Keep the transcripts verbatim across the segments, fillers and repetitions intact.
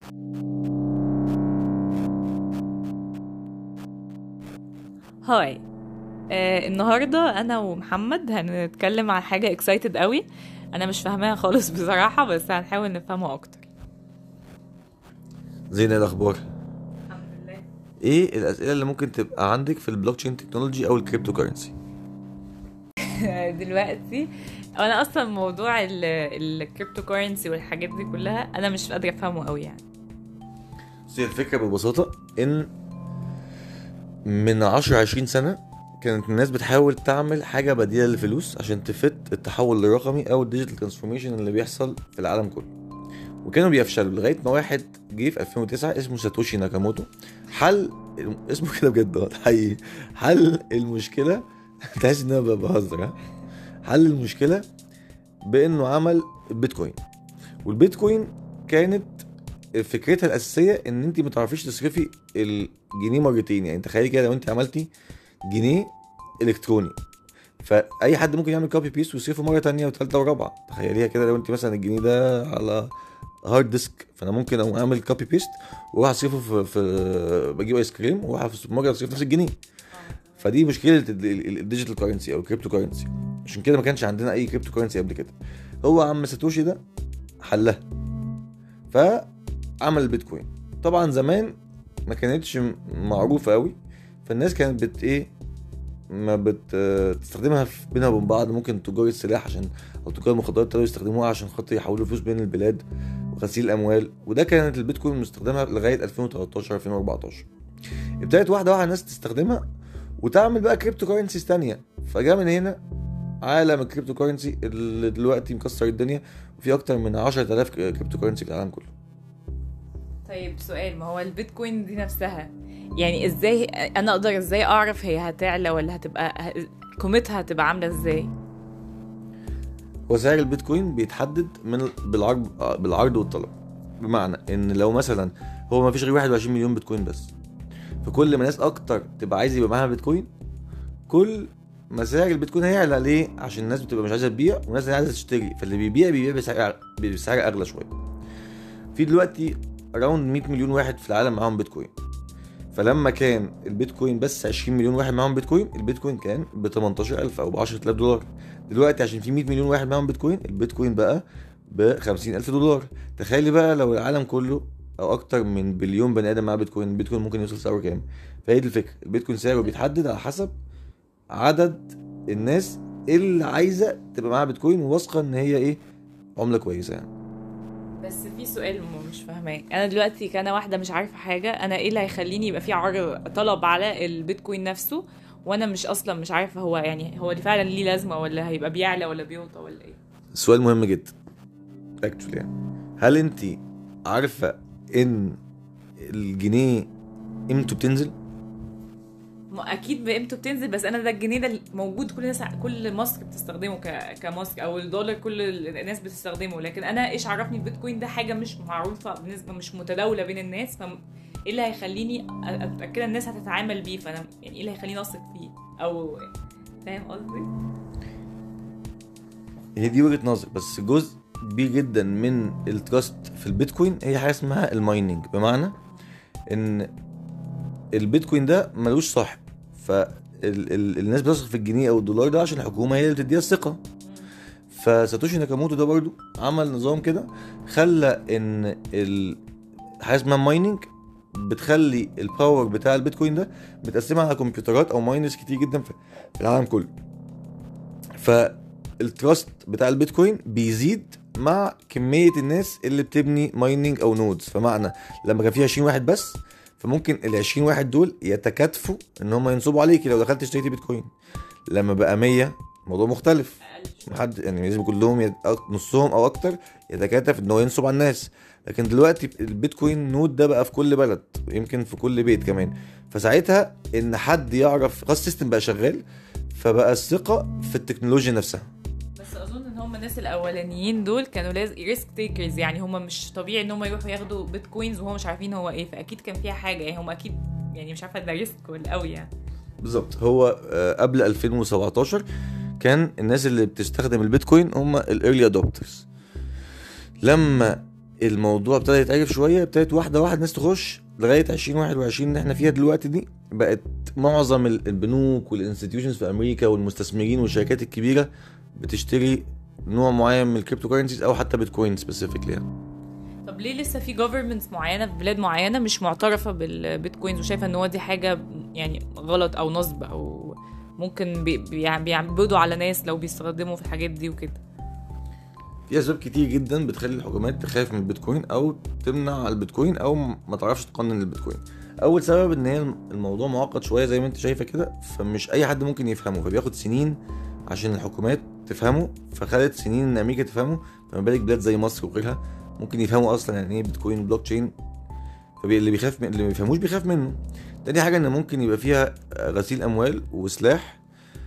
هاي. آه النهارده انا ومحمد هنتكلم عن حاجه اكسايتد قوي. انا مش فاهماها خالص بصراحه، بس هنحاول نفهمها اكتر. زين الاخبار. الحمد لله. ايه الاسئله اللي ممكن تبقى عندك في البلوك تشين تكنولوجي او الكريبتو كارنسي؟ دلوقتي انا اصلا موضوع الكريبتو كورنسي والحاجات دي كلها انا مش قادره افهمه قوي يعني. بس الفكره ببساطه ان من عشرة عشرين سنه كانت الناس بتحاول تعمل حاجه بديله للفلوس عشان تفت التحول الرقمي او الديجيتال ترانسفورميشن اللي بيحصل في العالم كله، وكانوا بيفشلوا لغايه ما واحد جه في ألفين وتسعة اسمه ساتوشي ناكاموتو حل اسمه كده بجد حقيقي حل المشكله. تحس ان انا بهزر ها حل المشكله بانه عمل البيتكوين. والبيتكوين كانت فكرتها الاساسيه ان انت ما تعرفيش تصرفي الجنيه مرتين. يعني تخيلي كده لو انت عملتي جنيه الكتروني، فاي حد ممكن يعمل كوبي بيست ويصرفه مره تانية وثالثه ورابعه. تخيليها كده لو انت مثلا الجنيه ده على هارد ديسك، فانا ممكن اقوم اعمل كوبي بيست واروح اصرفه في, في بجيب ايس كريم واروح في السوبر ماركت اصرف نفس الجنيه. فدي مشكله الديجيتال كورنسي او الكريبتو كورنسي. عشان كده ما كانش عندنا اي كريبتو كورنسي قبل كده. هو عم ساتوشي ده حلها فعمل البيتكوين. طبعا زمان ما كانتش معروفه قوي، فالناس كانت بت ايه ما بتستخدمها في بينها وبين بعض. ممكن تجار السلاح عشان او تجار المخدرات ابتدوا يستخدموها عشان خاطر يحولوا فلوس بين البلاد وغسيل الاموال، وده كانت البيتكوين مستخدمها لغايه ألفين وتلتاشر ألفين وأربعتاشر. ابتدت واحده واحده الناس تستخدمها وتعمل بقى كريبتو كورنسيز تانية. فجاء من هنا عالم الكريبتو كورنسي اللي دلوقتي مكسر الدنيا، وفي اكتر من عشرة آلاف كريبتو كورنسي في العالم كله. طيب سؤال، ما هو البيتكوين دي نفسها يعني ازاي انا اقدر ازاي اعرف هي هتعلى ولا هتبقى قيمتها هتبقى عامله ازاي؟ هو سعر البيتكوين بيتحدد من بالعرض بالعرض والطلب. بمعنى ان لو مثلا هو ما فيش غير واحد وعشرين مليون بيتكوين بس، فكل ما ناس اكتر تبقى عايز يبقى معاها بيتكوين كل ما سعر البيتكوين هيعلى. ليه؟ عشان الناس بتبقى مش عايزه تبيع وناس عايزه تشتري، فاللي بيبيع بيبيع بسعر بسعر اغلى شويه. في دلوقتي اراوند مية مليون واحد في العالم معاهم بيتكوين، فلما كان البيتكوين بس عشرين مليون واحد معاهم بيتكوين، البيتكوين كان ب تمنتاشر ألف او ب عشرة آلاف دولار. دلوقتي عشان في مية مليون واحد معاهم بيتكوين، البيتكوين بقى ب خمسين ألف دولار. تخيلي بقى لو العالم كله او اكتر من بليون بني ادم معاه بيتكوين، البيتكوين ممكن يوصل سعره كام؟ فهي دي الفكره. البيتكوين سعره بيتحدد على حسب عدد الناس اللي عايزه تبقى معاها بيتكوين وواثقه ان هي ايه عمله كويسه يعني. بس في سؤال مش فاهماه انا دلوقتي كأنا واحده مش عارفه حاجه، انا ايه اللي هيخليني يبقى في عرض طلب على البيتكوين نفسه وانا مش اصلا مش عارفه هو يعني هو دي فعلا ليه لازمه ولا هيبقى بيعلى ولا بيوطى ولا ايه؟ سؤال مهم جدا اكشولي. يعني هل انت عارفه ان الجنيه قيمته بتنزل؟ اكيد بقيمته بتنزل، بس انا ده الجنيه ده موجود كل الناس كل مصر بتستخدمه ك... كمصر، او الدولار كل الناس بتستخدمه، لكن انا ايش عرفني البيتكوين ده حاجه مش معروفه بالنسبه مش متداوله بين الناس، ف ايه اللي هيخليني اتاكد الناس هتتعامل بيه؟ فانا يعني ايه اللي هيخليني اثق فيه؟ او فاهم قصدي؟ هي دي وجهه نظر، بس جزء كبير جدا من التراست في البيتكوين هي حاجه اسمها المايننج. بمعنى ان البيتكوين ده ملوش صاحب، فالناس بتثق في الجنيه او الدولار ده عشان الحكومه هي اللي بتديها الثقه. فساتوشي ناكاموتو ده برضو عمل نظام كده خلى ان ال... حاجه اسمها مايننج بتخلي الباور بتاع البيتكوين ده متقسمه على كمبيوترات او ماينرز كتير جدا في العالم كله. فالتراست بتاع البيتكوين بيزيد مع كميه الناس اللي بتبني مايننج او نودز. فمعنى لما كان فيه عشرين واحد بس، فممكن ال عشرين واحد دول يتكاتفوا ان هم ينصبوا عليكي لو دخلت اشتريتي بيتكوين. لما بقى مية موضوع مختلف، محد يعني لازم كلهم يد... نصهم او اكتر يتكاتف ان هو ينصب على الناس. لكن دلوقتي البيتكوين نود ده بقى في كل بلد، يمكن في كل بيت كمان. فساعتها ان حد يعرف خلاص السيستم بقى شغال، فبقى الثقه في التكنولوجيا نفسها. بس اظن ان هم الناس الاولانيين دول كانوا لازم ريسك تيكرز، يعني هم مش طبيعي ان هم يروحوا ياخدوا بيتكوينز وهم مش عارفين هو ايه، فاكيد كان فيها حاجه يعني هم اكيد يعني مش عارفه ده ريسك ولا قوي يعني. بالظبط. هو قبل ألفين وسبعتاشر كان الناس اللي بتستخدم البيتكوين هم الايرلي ادوبترز. لما الموضوع ابتدى يتعرف شويه، ابتدت واحده واحده الناس تخش لغايه عشرين واحد وعشرين اللي احنا فيها دلوقتي دي. بقت معظم البنوك والانستتيوشنز في امريكا والمستثمرين والشركات الكبيره بتشتري نوع معين من الكريبتو كورنسيز او حتى بيتكوين سبيسيفيكلي يعني. طب ليه لسه في governments معينه في بلاد معينه مش معترفه بالبيتكوينز وشايفه ان هو دي حاجه يعني غلط او نصب او ممكن بي بيعبدوا على ناس لو بيستخدموا في الحاجات دي وكده؟ في اسباب كتير جدا بتخلي الحكومات تخاف من البيتكوين او تمنع البيتكوين او ما تعرفش تقنن البيتكوين. اول سبب ان هي الموضوع معقد شويه زي ما انت شايفه كده، فمش اي حد ممكن يفهمه، فبياخد سنين عشان الحكومات تفهمه، فخدت سنين ان امريكا تفهمه، فما بالك بلاد زي مصر وغيرها ممكن يفهموا اصلا يعني ايه بيتكوين وبلوك تشين. فاللي بيخاف من اللي ما بيفهموش بيخاف منه. تاني حاجه ان ممكن يبقى فيها غسيل اموال وسلاح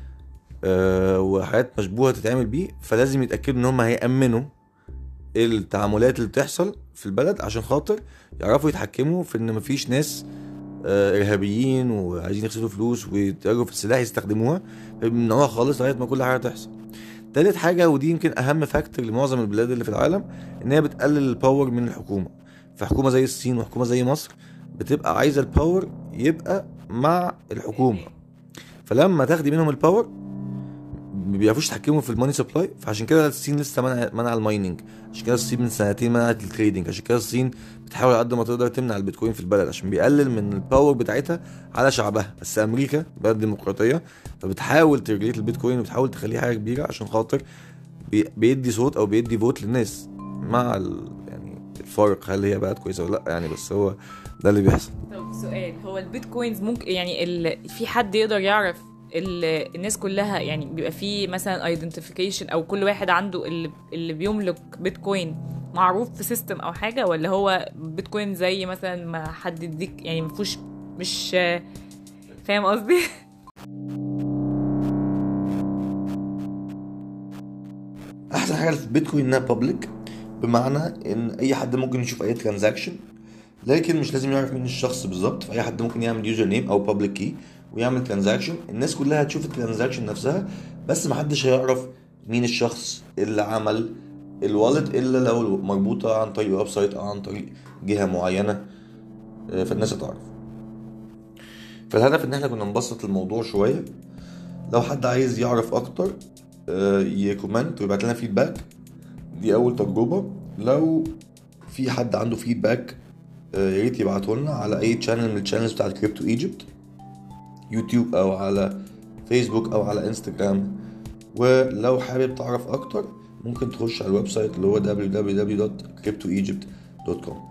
أه وحاجات مشبوهه تتعمل بيه، فلازم يتاكدوا ان هم هيامنوا التعاملات اللي بتحصل في البلد عشان خاطر يعرفوا يتحكموا في ان مفيش ناس أه ارهابيين وعايزين يغسلوا فلوس ويتاجروا في السلاح يستخدموها، فبيمنعوها خالص لغايه ما كل حاجه تحصل. تالت حاجه ودي يمكن اهم فاكتور لمعظم البلاد اللي في العالم، ان هي بتقلل الباور من الحكومه. فحكومه زي الصين وحكومه زي مصر بتبقى عايزه الباور يبقى مع الحكومه، فلما تاخدي منهم الباور ما بيعرفوش يتحكموا في الماني سبلاي. فعشان كده الصين لسه منع منع المايننج، عشان كده الصين من سنتين منعت التريدنج، عشان كده الصين بتحاول على قد ما تقدر تمنع البيتكوين في البلد عشان بيقلل من الباور بتاعتها على شعبها. بس امريكا بلد ديمقراطيه فبتحاول ترجليت البيتكوين وبتحاول تخليه حاجه كبيره عشان خاطر بيدي صوت او بيدي فوت للناس مع ال... يعني الفارق هل هي بقت كويسه ولا لا يعني، بس هو ده اللي بيحصل. طب سؤال، هو البيتكوينز ممكن يعني ال... في حد يقدر يعرف ال... الناس كلها يعني بيبقى في مثلا ايدنتيفيكيشن او كل واحد عنده اللي, اللي بيملك بيتكوين معروف في سيستم او حاجه، ولا هو بيتكوين زي مثلا ما حد يديك يعني مفيش مش فاهم قصدي؟ احسن حاجه في البيتكوين انها بابليك، بمعنى ان اي حد ممكن يشوف اي ترانزاكشن، لكن مش لازم يعرف مين الشخص بالظبط. فاي حد ممكن يعمل يوزر نيم او بابليك كي ويعمل ترانزاكشن، الناس كلها هتشوف الترانزاكشن نفسها بس محدش هيعرف مين الشخص اللي عمل الوالد الا لو مربوطه عن طريق ويب سايت او عن طريق جهه معينه فالناس هتعرف. فالهدف ان احنا كنا نبسط الموضوع شويه. لو حد عايز يعرف اكتر يكومنت ويبعت لنا فيدباك، دي اول تجربه. لو في حد عنده فيدباك يا ريت يبعته لنا على اي تشانل من التشانلز بتاعت كريبتو ايجيبت، يوتيوب او على فيسبوك او على انستجرام. ولو حابب تعرف اكتر ممكن تخش على الويب سايت اللي هو دبليو دبليو دبليو دوت كريبتو ايجيبت دوت كوم.